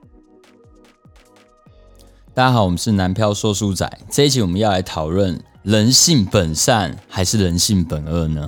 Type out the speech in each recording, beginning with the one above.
大家好，我们是南漂说书仔。这一集我们要来讨论人性本善还是人性本恶呢？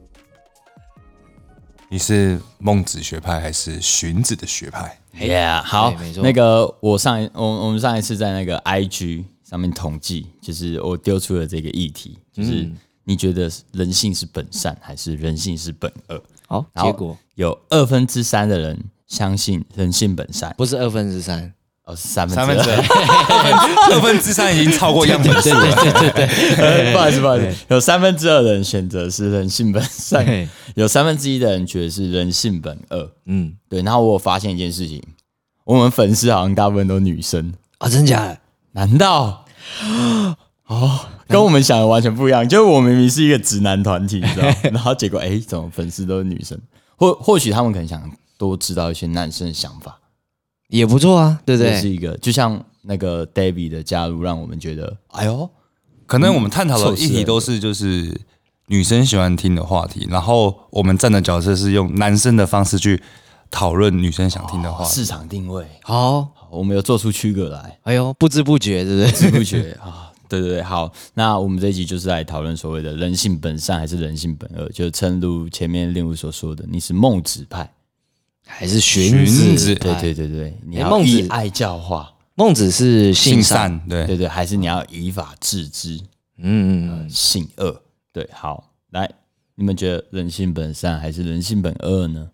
你是孟子学派还是荀子的学派 ？Yeah， 好，那个我们上一次在那个 IG 上面统计，就是我丢出了这个议题，就是你觉得人性是本善还是人性是本恶？ 好，结果有3%的人相信人性本善， 不是3%。 哦，是3%，2 分之三已经超过样本数了。 对，不好意思，有2%的人选择是人性本善，有1/3的人觉得是人性本恶。对。然后我有发现一件事情，我们粉丝好像大部分都女生啊，真假的？ 难道？跟我们想的完全不一样。就是我明明是一个直男团体，你知道吗？然后结果怎么粉丝都是女生？或许他们可能想多知道一些男生的想法。 也不错啊，对不对？ 是一个，就像那个 David 的加入，让我们觉得， 可能我们探讨的议题都是就是女生喜欢听的话题，然后我们站的角色是用男生的方式去讨论女生想听的话题。 市场定位， 好， 我们有做出区隔来。 不知不觉，对不对？ 不知不觉啊，对，好，那我们这一集就是来讨论所谓的人性本善还是人性本恶，就正如前面令武所说的，你是孟子派。 还是荀子？ 对，你要以爱教化。 孟子是性善， 对，还是你要以法治之？性恶。对，好，来，你们觉得人性本善还是人性本恶呢？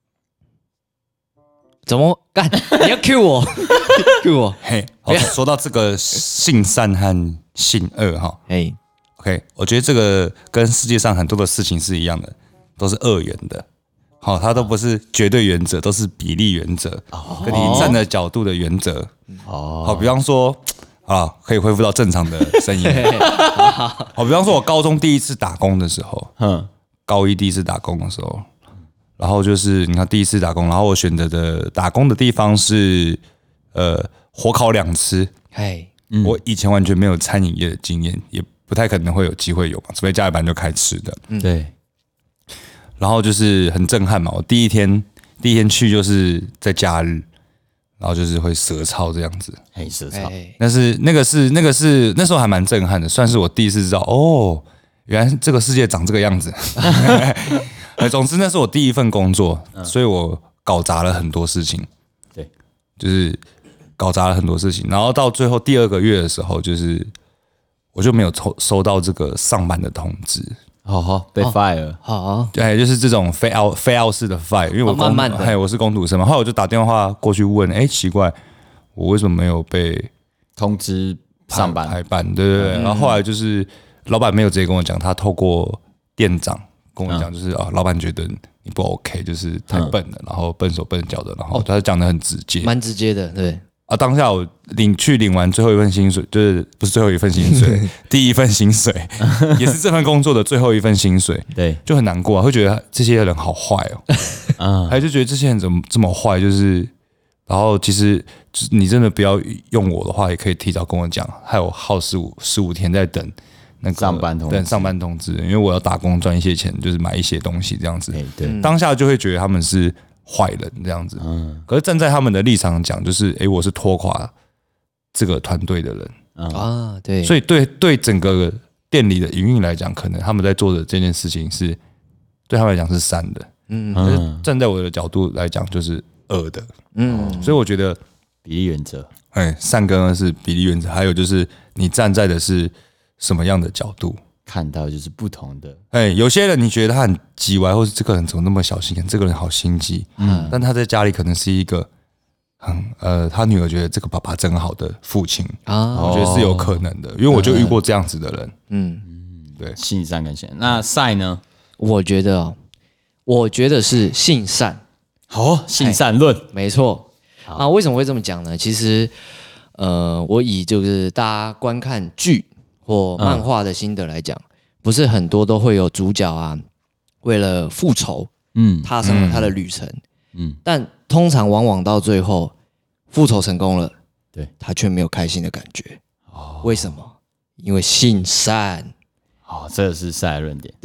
怎么干？你要 cue 我，cue 我。 好，说到这个性善和性恶哈，OK， 我觉得这个跟世界上很多的事情是一样的，都是二元的。好，它都不是绝对原则，都是比例原则，跟你站的角度的原则。好，比方说可以恢复到正常的声音。好，比方说我高中第一次打工的时候，高一第一次打工的时候，然后就是你看第一次打工，然后我选择的打工的地方是火烤两吃。我以前完全没有餐饮业的经验，也不太可能会有机会有嘛，除非家里本来就开吃的。 对。 然后就是很震撼嘛，我第一天去就是在假日，然后就是会蛇操这样子， 蛇操。 但是那个是那时候还蛮震撼的，算是我第一次知道原来这个世界长这个样子。总之那是我第一份工作，所以我搞砸了很多事情。 对， 就是搞砸了很多事情，然后到最后第2个月的时候，就是我就没有收到这个上班的通知。 被 fire 了，对，就是这种非 out 式的 fire， 因为我慢慢的， 我是工读生嘛，后来我就打电话过去问，奇怪，我为什么没有被通知上班排班？对，然后后来就是老板没有直接跟我讲，他透过店长跟我讲，就是老板觉得你不 OK， 就是太笨了，然后笨手笨脚的，然后他讲得很直接， 蛮直接的，对。 当下我领完最后一份薪水，就是不是最后一份薪水，第一份薪水，也是这份工作的最后一份薪水， 对， 就很难过会觉得这些人好坏还就觉得这些人怎么这么坏，就是然后其实你真的不要用我的话，也可以提早跟我讲，还有耗15天在等那个上班通知，因为我要打工赚一些钱，就是买一些东西这样子，对，当下就会觉得他们是坏人这样子，可是站在他们的立场讲，就是我是拖垮这个团队的人对， 所以对整个店里的营运来讲，可能他们在做的这件事情是对他们来讲是善的，可是站在我的角度来讲就是恶的，所以我觉得比例原则， 善跟恶是比例原则，还有就是你站在的是什么样的角度。 看到就是不同的， 有些人你觉得他很叽歪，或是这个人怎么那么小心眼，这个人好心机，但他在家里可能是一个他女儿觉得这个爸爸真好的父亲我觉得是有可能的，因为我就遇过这样子的人，对， 性善跟性恶。那善呢？ 我觉得是性善， 性善论， 没错。为什么会这么讲呢？其实，我以就是大家观看剧或漫画的心得来讲，不是很多都会有主角为了复仇，踏上了他的旅程，但通常往往到最后复仇成功了， 对， 他却没有开心的感觉。为什么？因为性善。 这个是善的论点。 对，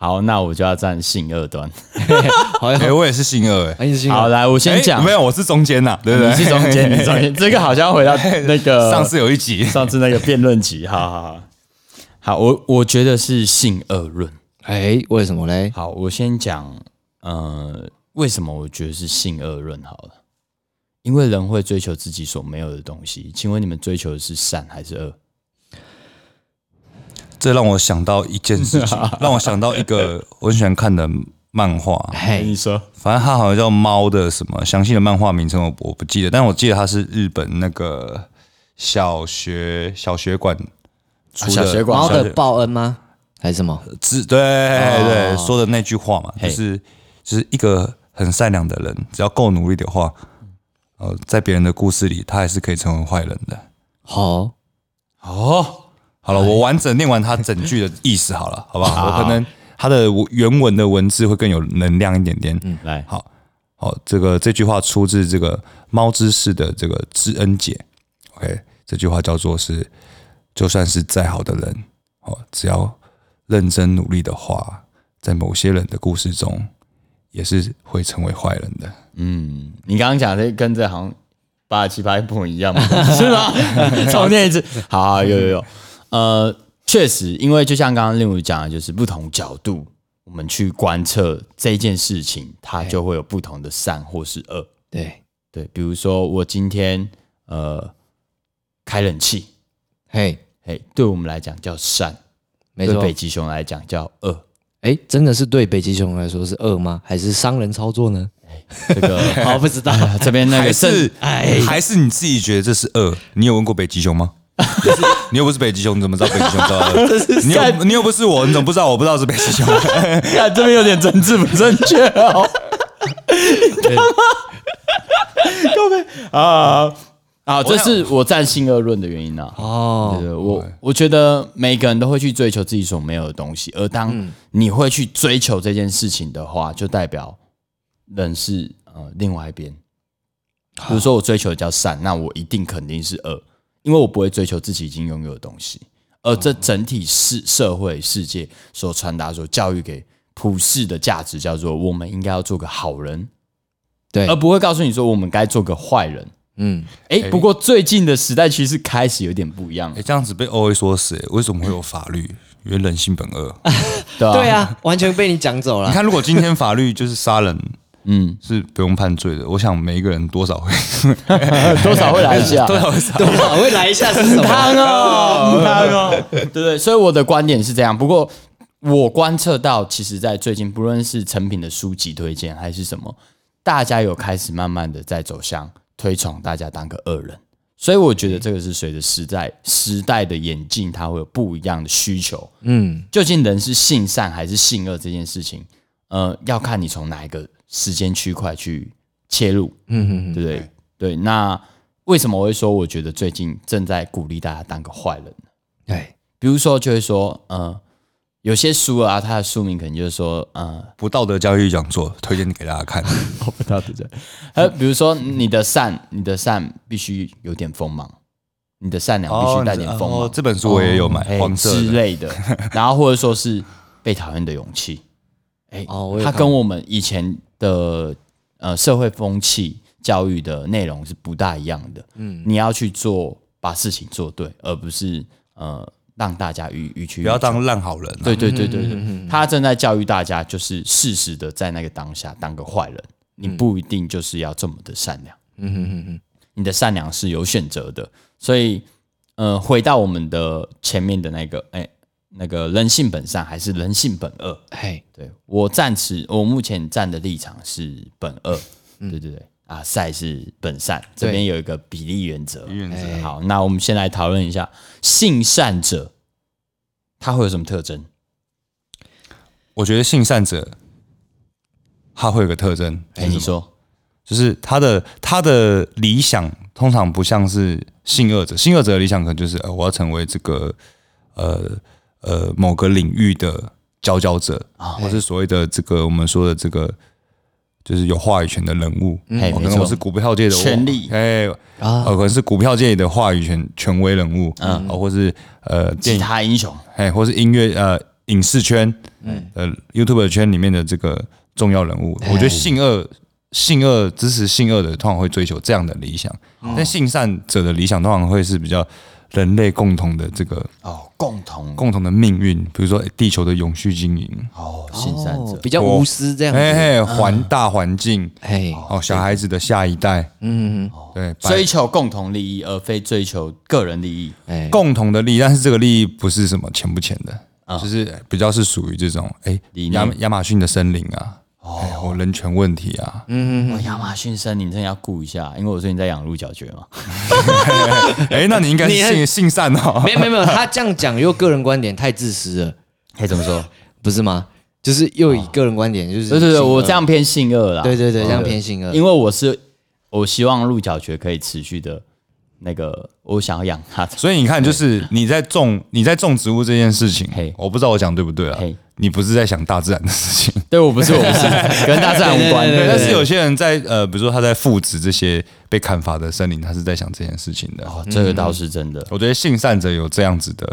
好，那我就要站性恶端。 我也是性恶好，来，我先讲。 没有，我是中间呐，对不对？ 你是中间，你中间。这个好像回到那个上次有一集， 上次那个辩论集。好，我觉得是性恶论。 为什么嘞？ 好，我先讲，为什么我觉得是性恶论好了？因为人会追求自己所没有的东西。请问你们追求的是善还是恶？ 这让我想到一件事情，让我想到一个我很喜欢看的漫画。 你说， 反正它好像叫猫的什么，详细的漫画名称我不记得，但我记得它是日本那个小学馆出的。 小学馆猫的报恩吗？还是什么？ 对，说的那句话嘛，就是一个很善良的人，只要够努力的话，在别人的故事里，他还是可以成为坏人的。 好了，我完整念完他整句的意思好了，好不好？我可能他的原文的文字会更有能量一点点。 来， 好，这句话出自这个猫之士的这个知恩解。OK， 这句话叫做是，就算是再好的人，只要认真努力的话，在某些人的故事中，也是会成为坏人的。 你刚刚讲的跟这好像8781一模一样嘛，是吗？重念一次。好，有。确实，因为就像刚刚令武讲的，就是不同角度，我们去观测这件事情，它就会有不同的善或是恶。 对， 比如说我今天开冷气，对我们来讲叫善，对北极熊来讲叫恶。 真的是对北极熊来说是恶吗？还是商人操作呢？ 这个不知道。 这边那个还是你自己觉得这是恶？你有问过北极熊吗？你又不是北极熊，你怎么知道北极熊知道？你又不是我，你怎么不知道我不知道是北极熊？ 看这边有点政治不正确哦。各位这是我站性恶论的原因啊。我觉得每个人都会去追求自己所没有的东西，而当你会去追求这件事情的话，就代表人是另外一边。比如说我追求的叫善，那我一定肯定是恶。因为我不会追求自己已经拥有的东西，而这整体社会世界所传达、所教育给普世的价值叫做我们应该要做个好人， 对， 而不会告诉你说我们该做个坏人。不过最近的时代趋势开始有点不一样。 这样子被 OA 说死，为什么会有法律？因为人性本恶。 对啊，完全被你讲走了。 你看，如果今天法律就是杀人。是不用判罪的。我想每一个人多少会来一下， 多少会来一下是什么？ 汤哦，对，所以我的观点是这样。不过我观测到，其实在最近，不论是成品的书籍推荐还是什么，大家有开始慢慢的在走向推崇大家当个恶人。所以我觉得这个是随着时代的演进，它会有不一样的需求。究竟人是性善还是性恶这件事情，要看你从哪一个时间区块去切入，对不对？对，那为什么我会说我觉得最近正在鼓励大家当个坏人呢？比如说就会说，有些书啊，它的书名可能就是说， 不道德教育讲座，推荐给大家看。 不道德教育，比如说你的善必须有点锋芒，你的善良必须带点锋芒。 这本书我也有买，黄色之类的，然后或者说是被讨厌的勇气。它跟我们以前的社会风气教育的内容是不大一样的。你要去把事情做对，而不是让大家予取予求， 不要当烂好人。 对，他正在教育大家，就是适时的在那个当下当个坏人。你不一定就是要这么的善良。你的善良是有选择的。所以回到我们的前面的那个人性本善还是人性本恶？对，我目前站的立场是本恶。对赛是本善，这边有一个比例原则。好，那我们先来讨论一下性善者他会有什么特征？ 我觉得性善者他会有个特征， 你说， 就是他的理想通常不像是性恶者，性恶者的理想可能就是我要成为这个某个领域的佼佼者，或是所谓的这个我们说的这个就是有话语权的人物，可能我是股票界的权力， 可能是股票界的话语权威人物，或是吉他英雄， 或是音影视圈、YouTube 圈里面的这个重要人物。我觉得性恶支持性恶的，通常会追求这样的理想，但性善者的理想通常会是比较人类共同的这个共同的命运，比如说地球的永续经营性善者比较无私这样子， 大环境，小孩子的下一代，对， 追求共同利益而非追求个人利益， 共同的利益，但是这个利益不是什么钱不钱的，就是比较是属于这种亚马逊的森林啊。人权问题啊， 亚马逊森林真的要顾一下，因为我最近在养鹿角蕨嘛。 那你应该是性善哦。 没有，他这样讲又个人观点太自私了。 怎么说？ 不是吗？就是又以个人观点，就是对，我这样偏性恶啦。 对，这样偏性恶。 因为我希望鹿角蕨可以持续的。那个，我想要养它， 所以你看，就是你在种植物这件事情，我不知道我讲对不对啊？你不是在想大自然的事情， 对我不是，跟大自然无关。 但是有些人在比如说他在复植这些被砍伐的森林，他是在想这件事情的。 这个倒是真的。 我觉得性善者有这样子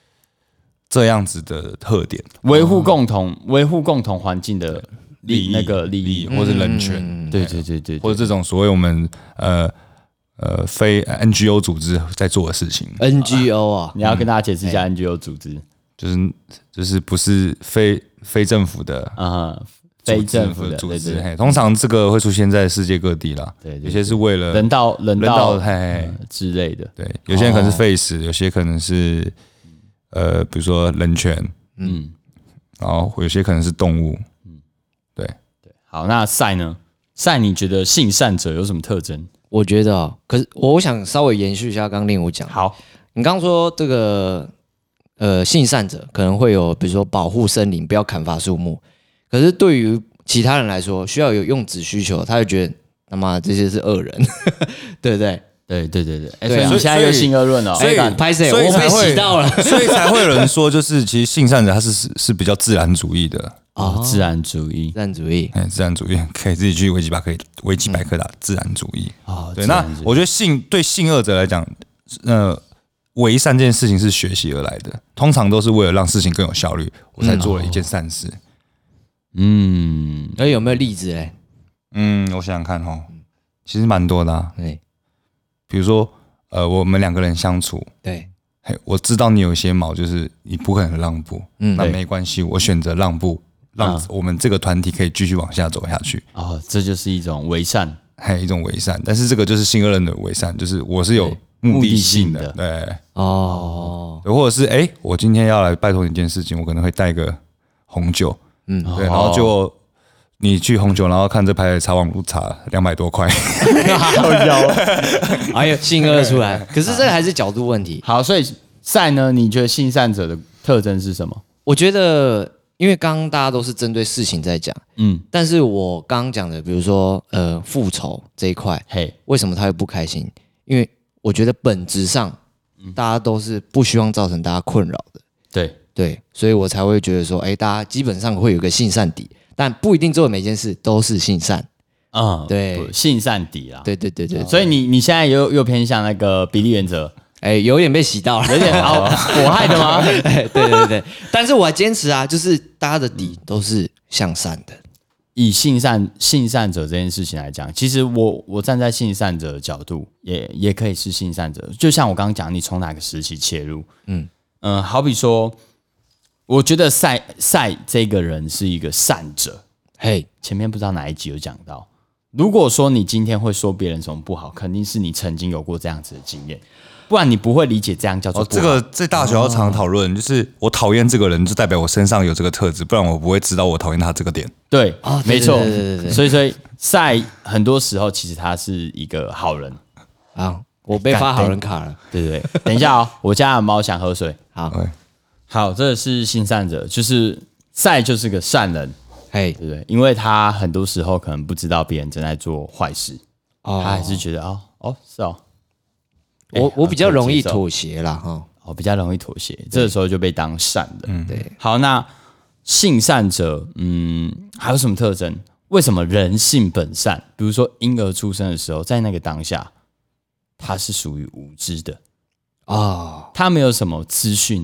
的特点， 维护共同环境的利益或是人权， 对， 或者这种所谓我们非 NGO 组织在做的事情。 NGO 啊， 你要跟大家解释一下 NGO 组织， 就是不是非政府的非政府的组织。通常这个会出现在世界各地啦。对，有些是为了人道之类的。 对，有些人可能是废死，有些可能是比如说人权，然后有些可能是动物，对。 好，那赛呢？赛你觉得性善者有什么特征？ 我觉得可是我想稍微延续一下刚令我讲。 好， 你刚说这个性善者可能会有，比如说保护森林，不要砍伐树木。可是对于其他人来说，需要有用纸需求，他就觉得他妈这些是恶人，对不对？ 对。所以你现在又性恶论了， 所以拍谁？我被洗到了， 所以才会有人说，就是其实性善者他是比较自然主义的。 自然主义， 自然主义可以自己去维基百科打自然主义。对，那我觉得对性恶者来讲，为善这件事情是学习而来的，通常都是为了让事情更有效率，我才做了一件善事。 那有没有例子嘞？ 我想想看其实蛮多的啊。比如说我们两个人相处， 对， 我知道你有一些毛，就是你不可能让步，那没关系，我选择让步。让我们这个团体可以继续往下走下去。 这就是一种为善， 还有一种为善，但是这个就是性恶人的为善，就是我是有目的性的，对，或者是我今天要来拜托你一件事情，我可能会带个红酒，对，然后就你去红酒，然后看这排茶网路茶200多块， 哎呦，性恶出来，可是这还是角度问题。 好，所以善呢，你觉得性善者的特征是什么？ 我觉得。因为刚刚大家都是针对事情在讲，但是我刚刚讲的，比如说复仇这一块，为什么他会不开心？因为我觉得本质上，大家都是不希望造成大家困扰的，对，所以我才会觉得说，大家基本上会有一个性善底，但不一定做的每件事都是性善，对， 性善底啦， 对， 所以你现在又偏向那个比例原则。 有点被洗到了， 有点我害的吗？ 对，但是我还坚持啊，就是大家的底都是向善的。 以性善者这件事情来讲，其实我站在性善者的角度，也可以是性善者。就像我刚刚讲，你从哪个时期切入，好比说，我觉得赛这个人是一个善者。前面不知道哪一集有讲到，如果说你今天会说别人什么不好，肯定是你曾经有过这样子的经验。不然你不会理解这样叫做不好。 这个在大学要常讨论，就是我讨厌这个人，就代表我身上有这个特质，不然我不会知道我讨厌他这个点。 对，没错。所以赛很多时候其实他是一个好人啊。我被发好人卡了， 对。等一下我家的猫想喝水。好，这是性善者，就是赛就是个善人，对不对？因为他很多时候可能不知道别人正在做坏事，他还是觉得是哦。 我比较容易妥协啦， 比较容易妥协，这个时候就被当善的。对。好，那性善者，还有什么特征？为什么人性本善？比如说婴儿出生的时候，在那个当下，他是属于无知的他没有什么资讯量，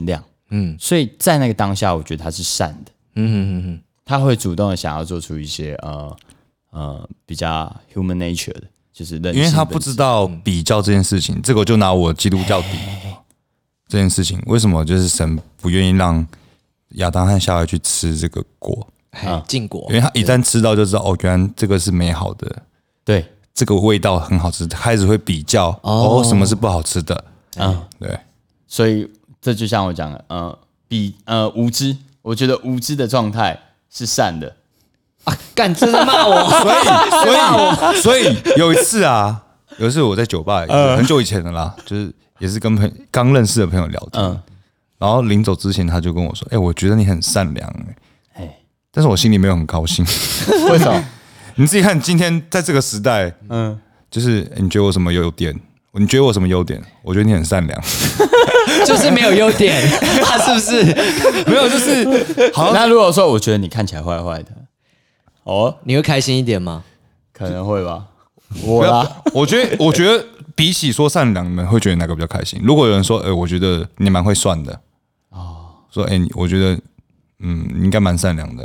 所以在那个当下，我觉得他是善的，他会主动的想要做出一些比较 human nature 的，就是人性， 因为他不知道比较这件事情，这个我就拿我基督教比这件事情，为什么就是神不愿意让亚当和夏娃去吃这个果， 禁果， 因为他一旦吃到就知道哦，原来这个是美好的， 对， 这个味道很好吃，开始会比较什么是不好吃的，对， 所以这就像我讲的，无知，我觉得无知的状态是善的。 干，真的骂我！ 所以有一次我在酒吧，很久以前的啦，就是也是跟刚认识的朋友聊天，然后临走之前他就跟我说：“我觉得你很善良。”但是我心里没有很高兴。 为什么？ 你自己看，今天在这个时代，就是你觉得我什么优点？你觉得我什么优点？我觉得你很善良， 就是没有优点，是不是？ 没有，就是好。 那如果说我觉得你看起来坏坏的。 你会开心一点吗？ 可能会吧。 我觉得比起说善良，你们会觉得哪个比较开心？如果有人说，我觉得你蛮会算的，说，我觉得，你应该蛮善良的，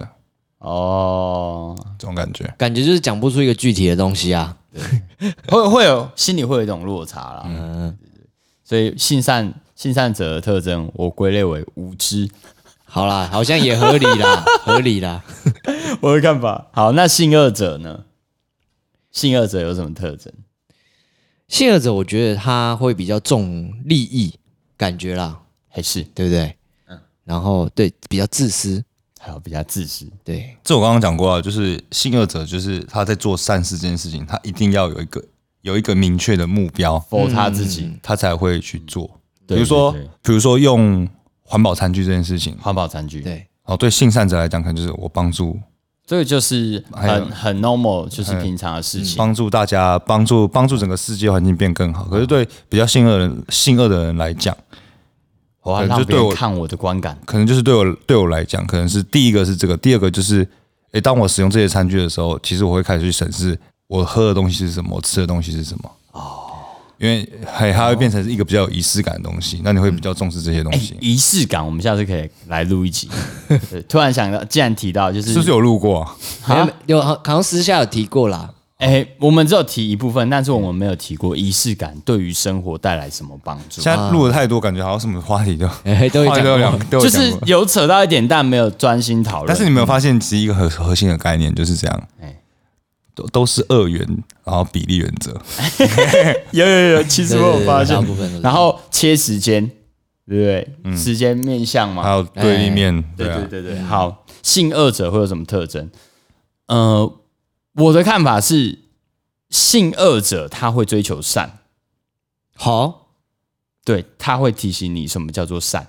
这种感觉就是讲不出一个具体的东西啊， 会有心里会有一种落差啦。所以性善者的特征，我归类为无知。 好啦，好像也合理啦，合理啦。 我的看法。好，那性恶者呢？性恶者有什么特征？ 性恶者，我觉得他会比较重利益感觉啦， 还是对不对？然后对比较自私， 还有比较自私。 对， 这我刚刚讲过了，就是性恶者，就是他在做善事这件事情，他一定要有一个明确的目标 ，for 他自己， 他才会去做。比如说用环保餐具这件事情， 环保餐具， 对， 对性善者来讲，可能就是我帮助， 这个就是很 normal， 就是平常的事情， 帮助大家，帮助整个世界环境变更好。可是对比较性恶的人来讲， 我要让别人看我的观感， 可能就是对我来讲，可能是第一个是这个，第二个就是，当我使用这些餐具的时候，其实我会开始去审视我喝的东西是什么，我吃的东西是什么。因为它会变成一个比较有仪式感的东西，那你会比较重视这些东西。 仪式感，我们下次可以来录一集。突然想到，既然提到，就是是不是有录过？ 有，好像私下有提过啦。 我们只有提一部分，但是我们没有提过仪式感对于生活带来什么帮助。 现在录的太多，感觉好像什么话题都有讲， 就是有扯到一点，但没有专心讨论。 但是你没有发现，其实一个核心的概念就是这样。都是2元，然后比例原则。 有，其实我有发现。然后切时间，对不对？时间面向嘛， 还有对立面。 对。好，性恶者会有什么特征？我的看法是，性恶者他会追求善。 好， 对，他会提醒你什么叫做善。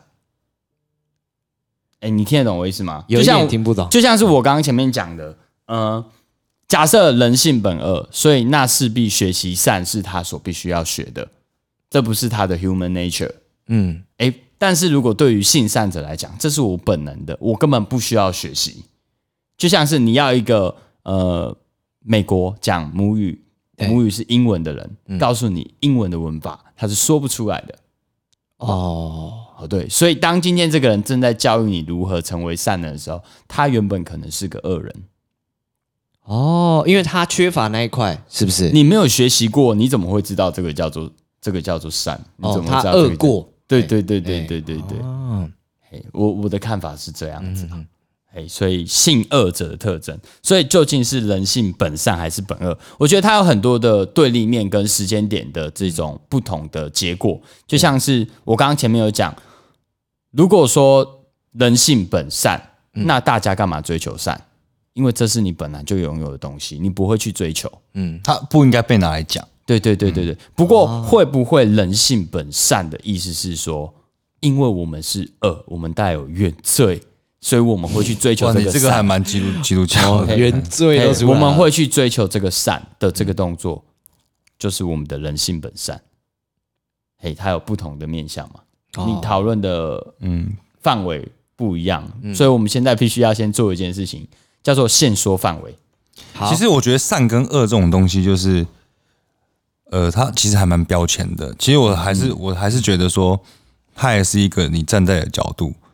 你听得懂我意思吗？ 有点听不懂。 就像是我刚刚前面讲的，假设人性本恶，所以那势必学习善是他所必须要学的，这不是他的 human nature。但是如果对于性善者来讲，这是我本能的，我根本不需要学习。就像是你要一个美国讲母语是英文的人，告诉你英文的文法，他是说不出来的。对，所以当今天这个人正在教育你如何成为善人的时候，他原本可能是个恶人。 因为他缺乏那一块，是不是？ 你没有学习过，你怎么会知道这个叫做善？你怎么会知道他恶过？ 对。我的看法是这样子。所以性恶者的特征，所以究竟是人性本善还是本恶？我觉得它有很多的对立面跟时间点的这种不同的结果。就像是我刚刚前面有讲，如果说人性本善，那大家干嘛追求善？因为这是你本来就拥有的东西，你不会去追求。 它不应该被拿来讲。 对。不过会不会人性本善的意思是说，因为我们是恶，我们带有原罪，所以我们会去追求这个善。 你这个还蛮基督教的。 原罪都出来了。 我们会去追求这个善的这个动作，就是我们的人性本善。它有不同的面向嘛？你讨论的范围不一样，所以我们现在必须要先做一件事情。叫做限缩范围。 其实我觉得善跟恶这种东西，就是它其实还蛮标签的。其实我还是觉得说，它也是一个你站在的角度。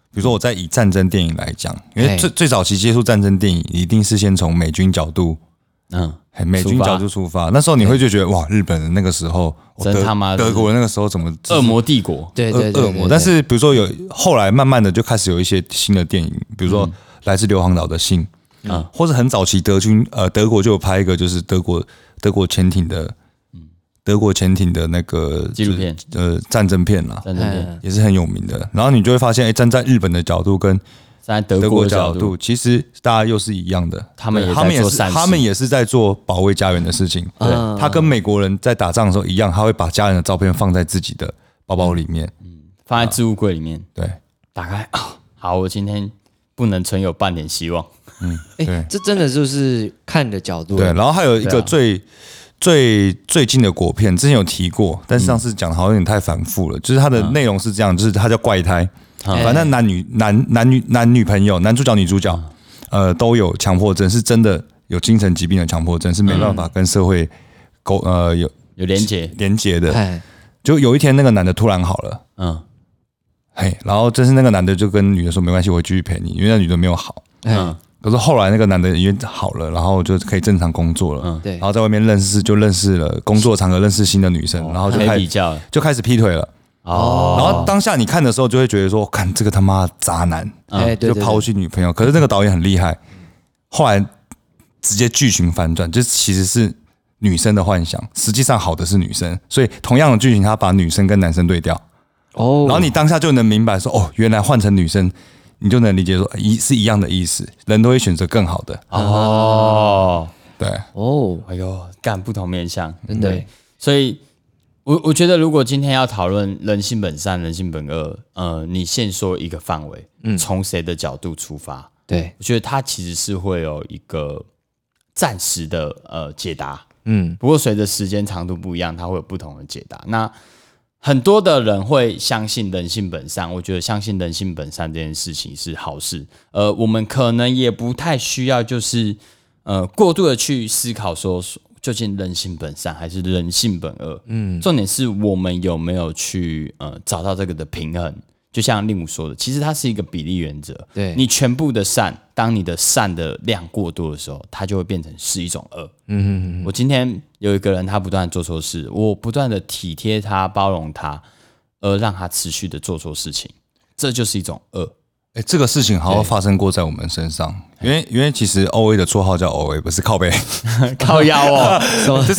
比如说我在以战争电影来讲，因为最早期接触战争电影，一定是先从美军角度，美军角度出发。那时候你会就觉得哇，日本人那个时候， 真他妈德国人那个时候怎么恶魔帝国？ 对， 恶魔。但是比如说后来慢慢的就开始有一些新的电影，比如说来自硫磺岛的信，或是很早期德国就有拍一个就是德国潜艇的那个纪录片， 战争片啦，也是很有名的。然后你就会发现，站在日本的角度跟站在德国角度， 其实大家又是一样的。他们也是在做保卫家园的事情。对，他跟美国人在打仗的时候一样，他会把家人的照片放在自己的包包里面， 放在置物柜里面。 对， 打开，好，我今天不能存有半点希望。 对，这真的就是看的角度。 对，然后还有一个最近的国片，之前有提过，但是上次讲的好像有点太反复了。就是它的内容是这样，就是它叫怪胎，反正男女朋友，男主角女主角，都有强迫症，是真的有精神疾病的强迫症，是没办法跟社会有连结的。就有一天那个男的突然好了，然后这是那个男的就跟女的说没关系，我会继续陪你，因为那女的没有好，可是后来那个男的因为好了，然后就可以正常工作了，然后在外面认识了工作场合认识新的女生，然后就开始劈腿了。然后当下你看的时候就会觉得说，看这个他妈渣男，就抛弃女朋友。可是那个导演很厉害，后来直接剧情反转，就其实是女生的幻想，实际上好的是女生，所以同样的剧情他把女生跟男生对调。然后你当下就能明白说，原来换成女生。你就能理解说是一样的意思，人都会选择更好的。对， 哎呦，干不同面向，对，所以我觉得如果今天要讨论人性本善、人性本恶，你先说一个范围，从谁的角度出发？ 对， 我觉得它其实是会有一个暂时的解答，不过随着时间长度不一样，它会有不同的解答。那很多的人会相信人性本善，我觉得相信人性本善这件事情是好事。我们可能也不太需要就是过度的去思考说究竟人性本善还是人性本恶。重点是我们有没有去找到这个的平衡。就像令武说的，其实它是一个比例原则。 对， 你全部的善，当你的善的量过多的时候，它就会变成是一种恶。我今天有一个人，他不断做错事，我不断的体贴他、包容他，而让他持续的做错事情，这就是一种恶。 这个事情好像发生过在我们身上，因为其实 OA 的绰号叫 OA， 不是靠背靠腰哦， 就是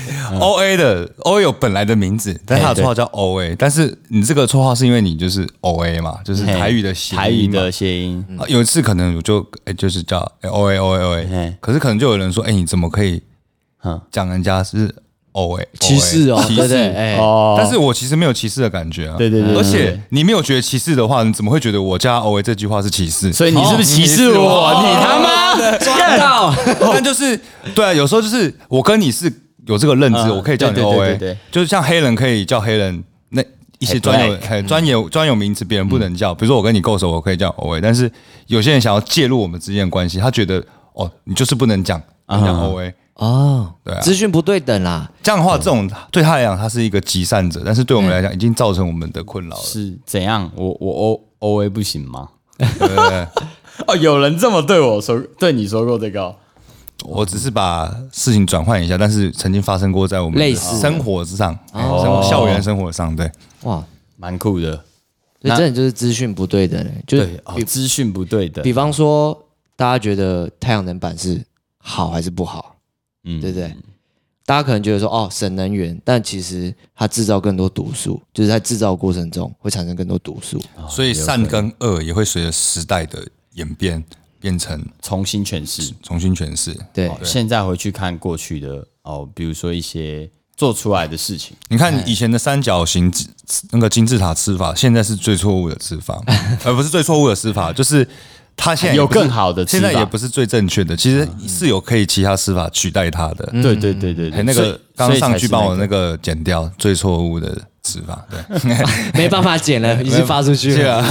OA 有本来的名字，但他的绰号叫 OA， 但是你这个绰号是因为你就是 OA 嘛，就是台语的谐音，有一次可能我就是叫 OA， 可是可能就有人说，你怎么可以讲人家是OA 歧视哦，对对， 但是我其实没有歧视的感觉啊， 对， 而且你没有觉得歧视的话，你怎么会觉得我叫 OA 这句话是歧视？ 所以你是不是歧视我？你他妈的抓到！ 但就是对啊，有时候就是我跟你是有这个认知，我可以叫你 OA， 就是像黑人可以叫黑人那一些专有名词，别人不能叫，比如说我跟你够熟，我可以叫 OA， 但是有些人想要介入我们之间的关系，他觉得你就是不能讲 OA。对啊， 资讯不对等啦。 这样的话，这种对他来讲，他是一个极善者，但是对我们来讲，已经造成我们的困扰了。 是怎样？我 OA 不行吗？对，有人这么对我说，对你说过这个？ 我只是把事情转换一下，但是曾经发生过在我们的生活之上，校园生活上，对， 哇， 蛮酷的。 所以真的就是资讯不对等，就是资讯不对等。 比方说，大家觉得太阳能板是好还是不好？对不对？大家可能觉得说省能源，但其实它制造更多毒素，就是在制造过程中会产生更多毒素。 所以善跟恶也会随着时代的演变成重新诠释。 对， 现在回去看过去的比如说一些做出来的事情， 你看以前的三角形那个金字塔吃法，现在是最错误的吃法，而不是最错误的吃法，就是它现在有更好的吃法， 现在也不是最正确的，其实是有可以其他吃法取代它的。 对， 那个刚上去帮我那个剪掉最错误的吃法，对， 没办法剪了，已经发出去了。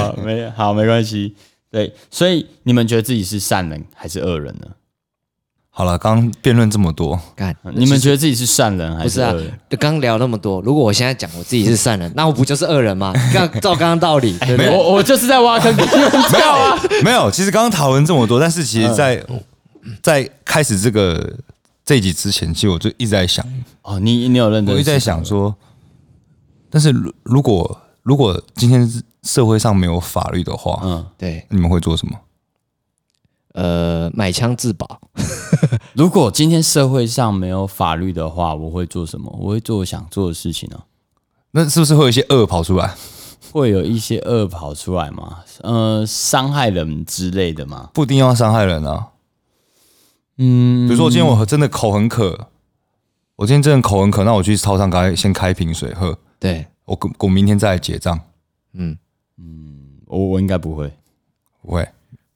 没关系。对，所以你们觉得自己是善人还是恶人呢？ 好了，刚辩论这么多， 你们觉得自己是善人还是恶人？ 不是啊，刚聊那么多，如果我现在讲我自己是善人，那我不就是恶人吗？照刚刚道理，对不对？ 我就是在挖坑给你们跳啊！ 没有，其实刚刚讨论这么多，但是其实在开始这一集之前，其实我就一直在想， 你有认真， 我一直在想说，但是如果今天社会上没有法律的话， 对， 你们会做什么？ 买枪自保。 如果今天社会上没有法律的话，我会做什么？我会做我想做的事情啊。 那是不是会有一些恶跑出来？ 会有一些恶跑出来吗？伤害人之类的吗？ 不一定要伤害人啊。比如说今天我真的口很渴，那我去超商先开一瓶水喝。 对， 我明天再来结账。 我应该不会， 不会。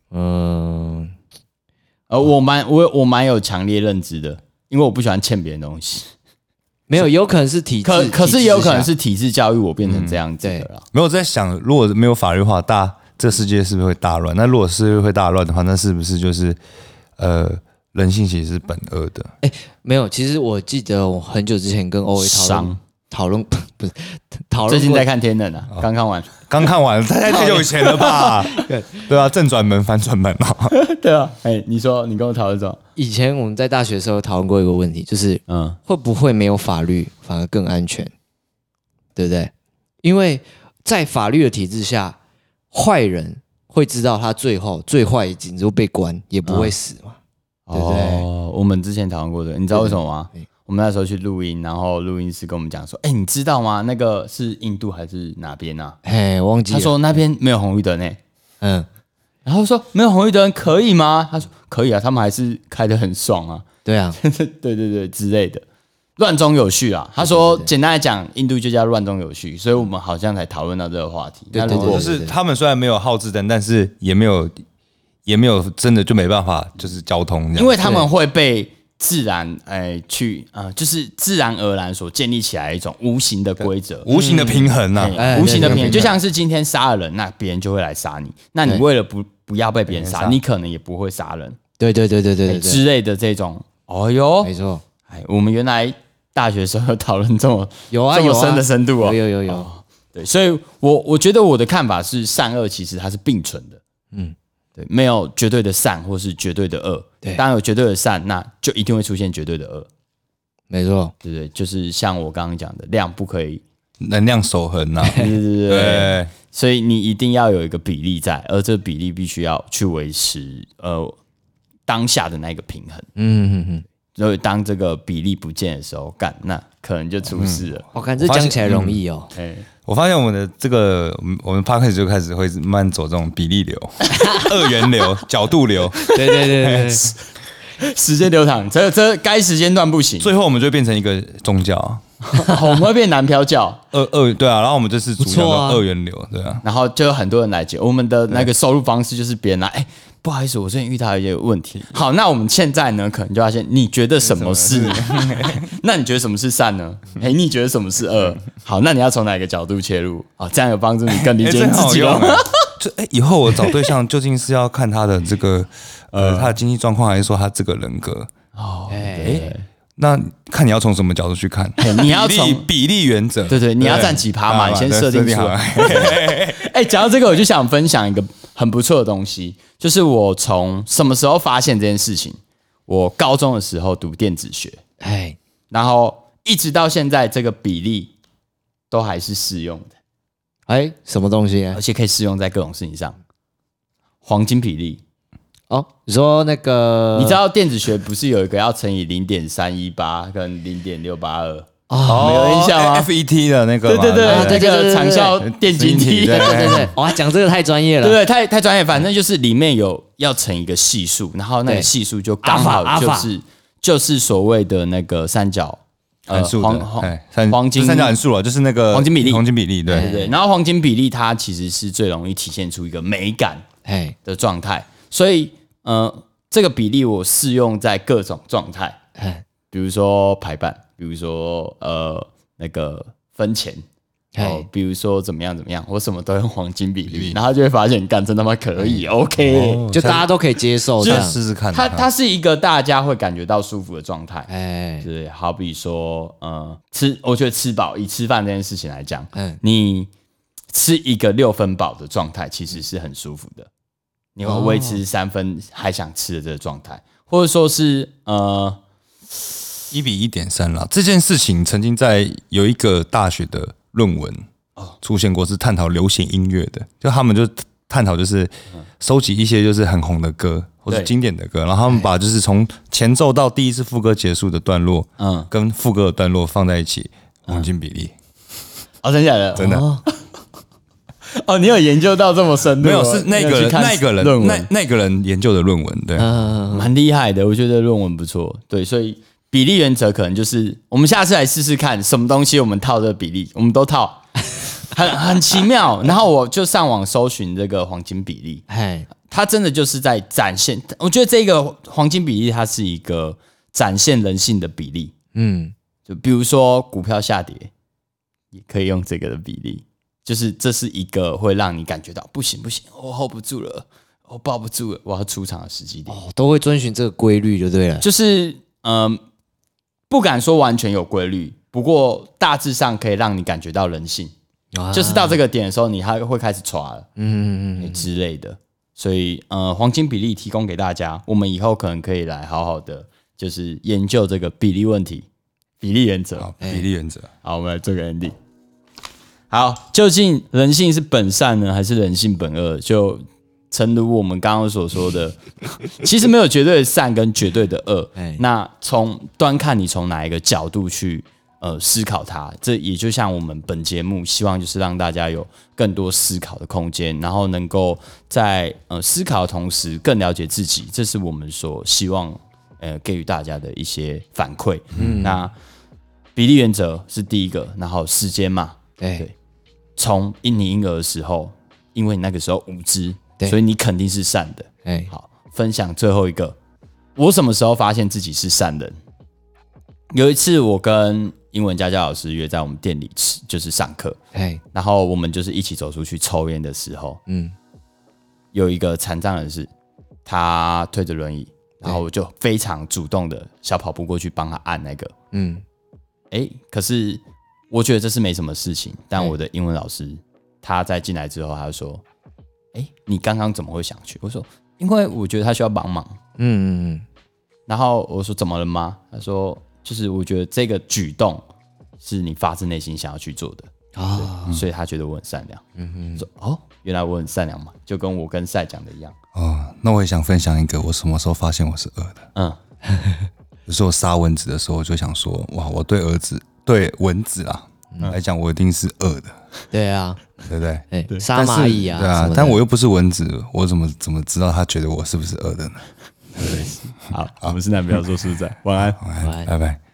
我蛮有强烈认知的，因为我不喜欢欠别人东西。 没有，有可能是体制， 可是也有可能是体制教育我变成这样子的啦。 没有在想，如果没有法律的话，这世界是不是会大乱？那如果世界会大乱的话，那是不是就是人性其实是本恶的？ 没有，其实我记得我很久之前跟欧维讨论不是讨论， 最近在看《天能》啊，刚看完， 太久以前了吧？对啊，正转门反转门啊。 对啊，你说你跟我讨论什么？ 以前我们在大学的时候讨论过一个问题，就是会不会没有法律反而更安全？对不对？因为在法律的体制下，坏人会知道他最后最坏顶多被关，也不会死嘛，对不对？ 我们之前讨论过的，你知道为什么吗？我们那时候去录音，然后录音师跟我们讲说：“你知道吗？那个是印度还是哪边啊？” 忘记了。 他说那边没有红绿灯然后说没有红绿灯可以吗？他说可以啊，他们还是开得很爽啊。 对啊， 对之类的，乱中有序啊。他说简单来讲，印度就叫乱中有序，所以我们好像才讨论到这个话题。 对， 就是他们虽然没有号志灯，但是也没有真的就没办法，就是交通， 因为他们会被自然就是自然而然所建立起来一种无形的规则， 无形的平衡啊， 无形的平衡，就像是今天杀了人，那别人就会来杀你，那你为了不要被别人杀，你可能也不会杀人， 对之类的这种， 没错， 我们原来大学时候有讨论这么深的深度有， 对，所以我觉得我的看法是善恶其实它是并存的，对，没有绝对的善或是绝对的恶，对，当然有绝对的善，那就一定会出现绝对的恶， 没错， 对，就是像我刚刚讲的，量不可以能量守恒啊， 对，所以你一定要有一个比例在，而这个比例必须要去维持当下的那个平衡，所以当这个比例不见的时候，那可能就出事了。 我看这讲起来容易哦。 我发现我们的这个，我们 podcast 就开始会慢慢走这种比例流、二元流、角度流。 对， 时间流淌，这该时间段不行， 最后我们就变成一个宗教， 我们会变南漂教。 对啊，然后我们就是主要的二元流，对啊。 然后就有很多人来接，我们的那个收入方式就是别人来，不好意思，我最近遇到一些问题。好，那我们现在呢，可能就要你觉得什么是？那你觉得什么是善呢？你觉得什么是恶？好，那你要从哪个角度切入？这样有帮助你更理解你自己吗？ 就以后我找对象究竟是要看他的这个他的经济状况，还是说他这个人格？那看你要从什么角度去看？ 你要从比例原则， 对，你要占几趴嘛？你先设定出来。讲到这个，我就想分享一个很不错的东西，就是我从什么时候发现这件事情？我高中的时候读电子学，然后一直到现在，这个比例都还是适用的。 什么东西？ 而且可以适用在各种事情上。黄金比例。 你说那个， 你知道电子学不是有一个要乘以0.318跟0.682？没有印象吗 ？FET 的那个， 对，这个长效电晶体， 对，哇，讲这个太专业了， 对，太专业，反正就是里面有要乘一个系数，然后那个系数就刚好就是所谓的那个三角函数黄金三角函数了，就是那个黄金比例，对。然后黄金比例它其实是最容易体现出一个美感的状态，所以这个比例我适用在各种状态，比如说排版，比如说那个分钱， 比如说怎么样，我什么都用黄金比例，然后就会发现，干真他妈可以，OK， 就大家都可以接受， 就试试看。 它是一个大家会感觉到舒服的状态，对，好比说，我觉得吃饱，以吃饭这件事情来讲，你吃一个6分饱的状态，其实是很舒服的，你会维持3分还想吃的这个状态，或者说是 1:1.3啦。这件事情曾经在有一个大学的论文出现过，是探讨流行音乐的，就他们就探讨就是收集一些就是很红的歌或者经典的歌，然后他们把就是从前奏到第一次副歌结束的段落，跟副歌的段落放在一起，黄金比例。 真的假的？ 真的。 你有研究到这么深入？ 没有，是那个人研究的论文，对， 蛮厉害的，我觉得论文不错，对，所以。比例原则可能就是我们下次来试试看，什么东西我们套这个比例，我们都套，很奇妙。然后我就上网搜寻这个黄金比例，它真的就是在展现。我觉得这个黄金比例它是一个展现人性的比例，就比如说股票下跌，也可以用这个的比例，就是这是一个会让你感觉到不行，我 hold 不住了，我抱不住了，我要出场的时机点， 都会遵循这个规律就对了， 就是不敢说完全有规律，不过大致上可以让你感觉到人性，就是到这个点的时候，你还会开始抓了，之类的。所以黄金比例提供给大家，我们以后可能可以来好好的就是研究这个比例问题，比例原则， 比例原则。 好，我们来做个 ending。好，究竟人性是本善呢，还是人性本恶？就诚如我们刚刚所说的，其实没有绝对的善跟绝对的恶。那端看你从哪一个角度去思考它，这也就像我们本节目希望就是让大家有更多思考的空间，然后能够在思考的同时更了解自己，这是我们所希望给予大家的一些反馈。那比例原则是第一个，然后时间嘛，对，从你婴儿的时候，因为你那个时候无知。所以你肯定是善的。好，分享最后一个，我什么时候发现自己是善人？有一次我跟英文家教老师约在我们店里就是上课，然后我们就是一起走出去抽烟的时候，有一个残障人士，他推着轮椅，然后我就非常主动的小跑步过去帮他按那个，可是我觉得这是没什么事情，但我的英文老师他在进来之后，他就说。你刚刚怎么会想去？我说，因为我觉得他需要帮忙。然后我说怎么了吗？他说，就是我觉得这个举动是你发自内心想要去做的所以他觉得我很善良。说原来我很善良嘛，就跟我跟赛讲的一样。 那我也想分享一个，我什么时候发现我是恶的？就是我杀蚊子的时候，我就想说，哇，我对蚊子来讲，我一定是恶的。 对啊， 对不对？ 杀蚂蚁啊， 对啊，但我又不是蚊子，我怎么知道他觉得我是不是恶的呢？ 好，我们是男，不要说实在。晚安， 拜拜。